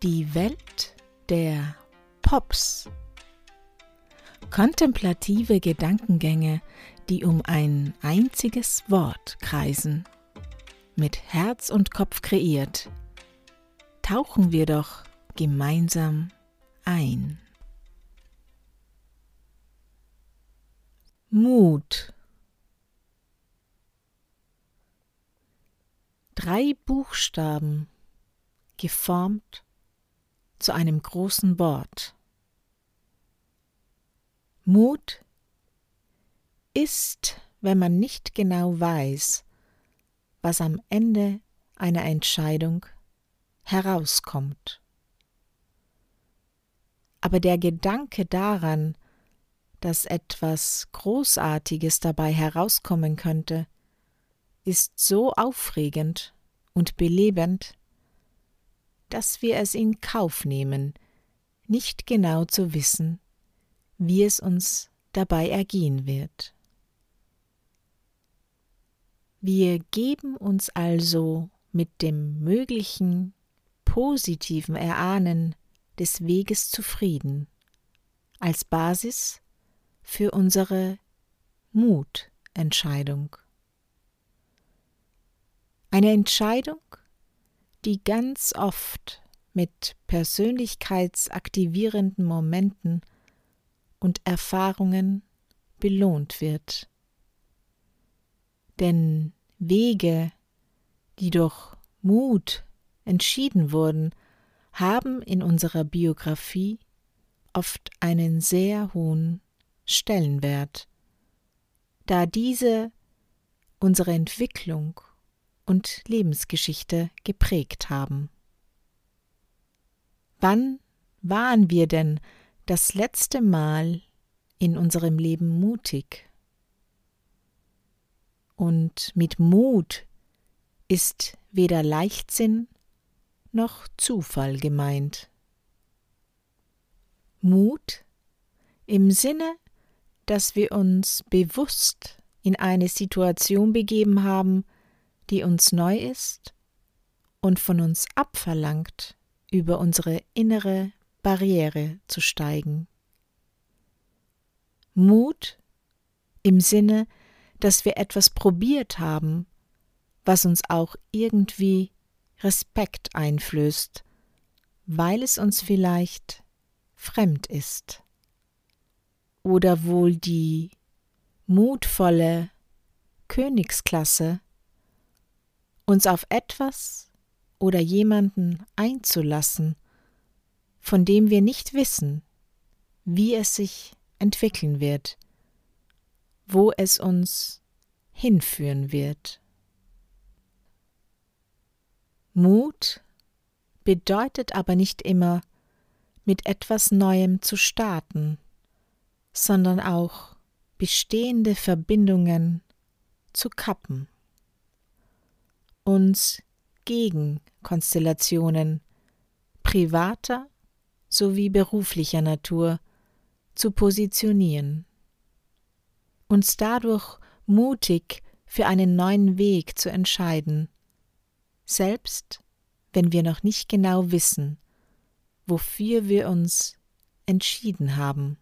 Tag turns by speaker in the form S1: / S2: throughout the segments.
S1: Die Welt der Pops. Kontemplative Gedankengänge, die um ein einziges Wort kreisen. Mit Herz und Kopf kreiert, tauchen wir doch gemeinsam ein. Mut. 3 Buchstaben, geformt zu einem großen Wort. Mut ist, wenn man nicht genau weiß, was am Ende einer Entscheidung herauskommt. Aber der Gedanke daran, dass etwas Großartiges dabei herauskommen könnte, ist so aufregend und belebend, dass wir es in Kauf nehmen, nicht genau zu wissen, wie es uns dabei ergehen wird. Wir geben uns also mit dem möglichen positiven Erahnen des Weges zufrieden, als Basis für unsere Mutentscheidung. Eine Entscheidung, die ganz oft mit persönlichkeitsaktivierenden Momenten und Erfahrungen belohnt wird. Denn Wege, die durch Mut entschieden wurden, haben in unserer Biografie oft einen sehr hohen Stellenwert, da diese unsere Entwicklung und Lebensgeschichte geprägt haben. Wann waren wir denn das letzte Mal in unserem Leben mutig? Und mit Mut ist weder Leichtsinn noch Zufall gemeint. Mut im Sinne, dass wir uns bewusst in eine Situation begeben haben, die uns neu ist und von uns abverlangt, über unsere innere Barriere zu steigen. Mut im Sinne, dass wir etwas probiert haben, was uns auch irgendwie Respekt einflößt, weil es uns vielleicht fremd ist. Oder wohl die mutvolle Königsklasse, uns auf etwas oder jemanden einzulassen, von dem wir nicht wissen, wie es sich entwickeln wird, wo es uns hinführen wird. Mut bedeutet aber nicht immer, mit etwas Neuem zu starten, sondern auch bestehende Verbindungen zu kappen, uns gegen Konstellationen privater sowie beruflicher Natur zu positionieren, uns dadurch mutig für einen neuen Weg zu entscheiden, selbst wenn wir noch nicht genau wissen, wofür wir uns entschieden haben.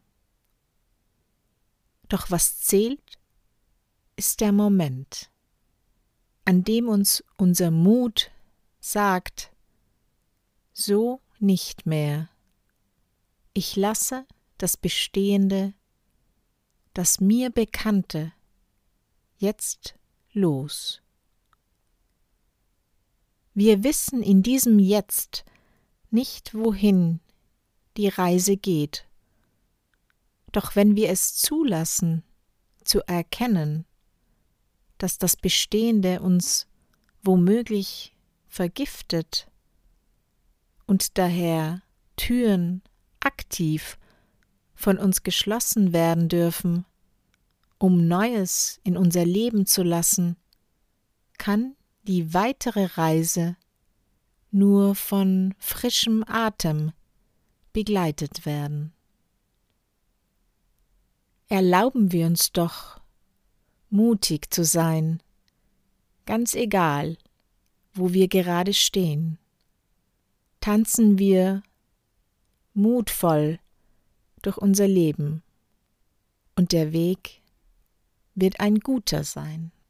S1: Doch was zählt, ist der Moment, an dem uns unser Mut sagt, so nicht mehr. Ich lasse das Bestehende, das mir Bekannte, jetzt los. Wir wissen in diesem Jetzt nicht, wohin die Reise geht. Doch wenn wir es zulassen, zu erkennen, dass das Bestehende uns womöglich vergiftet und daher Türen aktiv von uns geschlossen werden dürfen, um Neues in unser Leben zu lassen, kann die weitere Reise nur von frischem Atem begleitet werden. Erlauben wir uns doch, mutig zu sein, ganz egal, wo wir gerade stehen. tanzen wir mutvoll durch unser Leben und der Weg wird ein guter sein.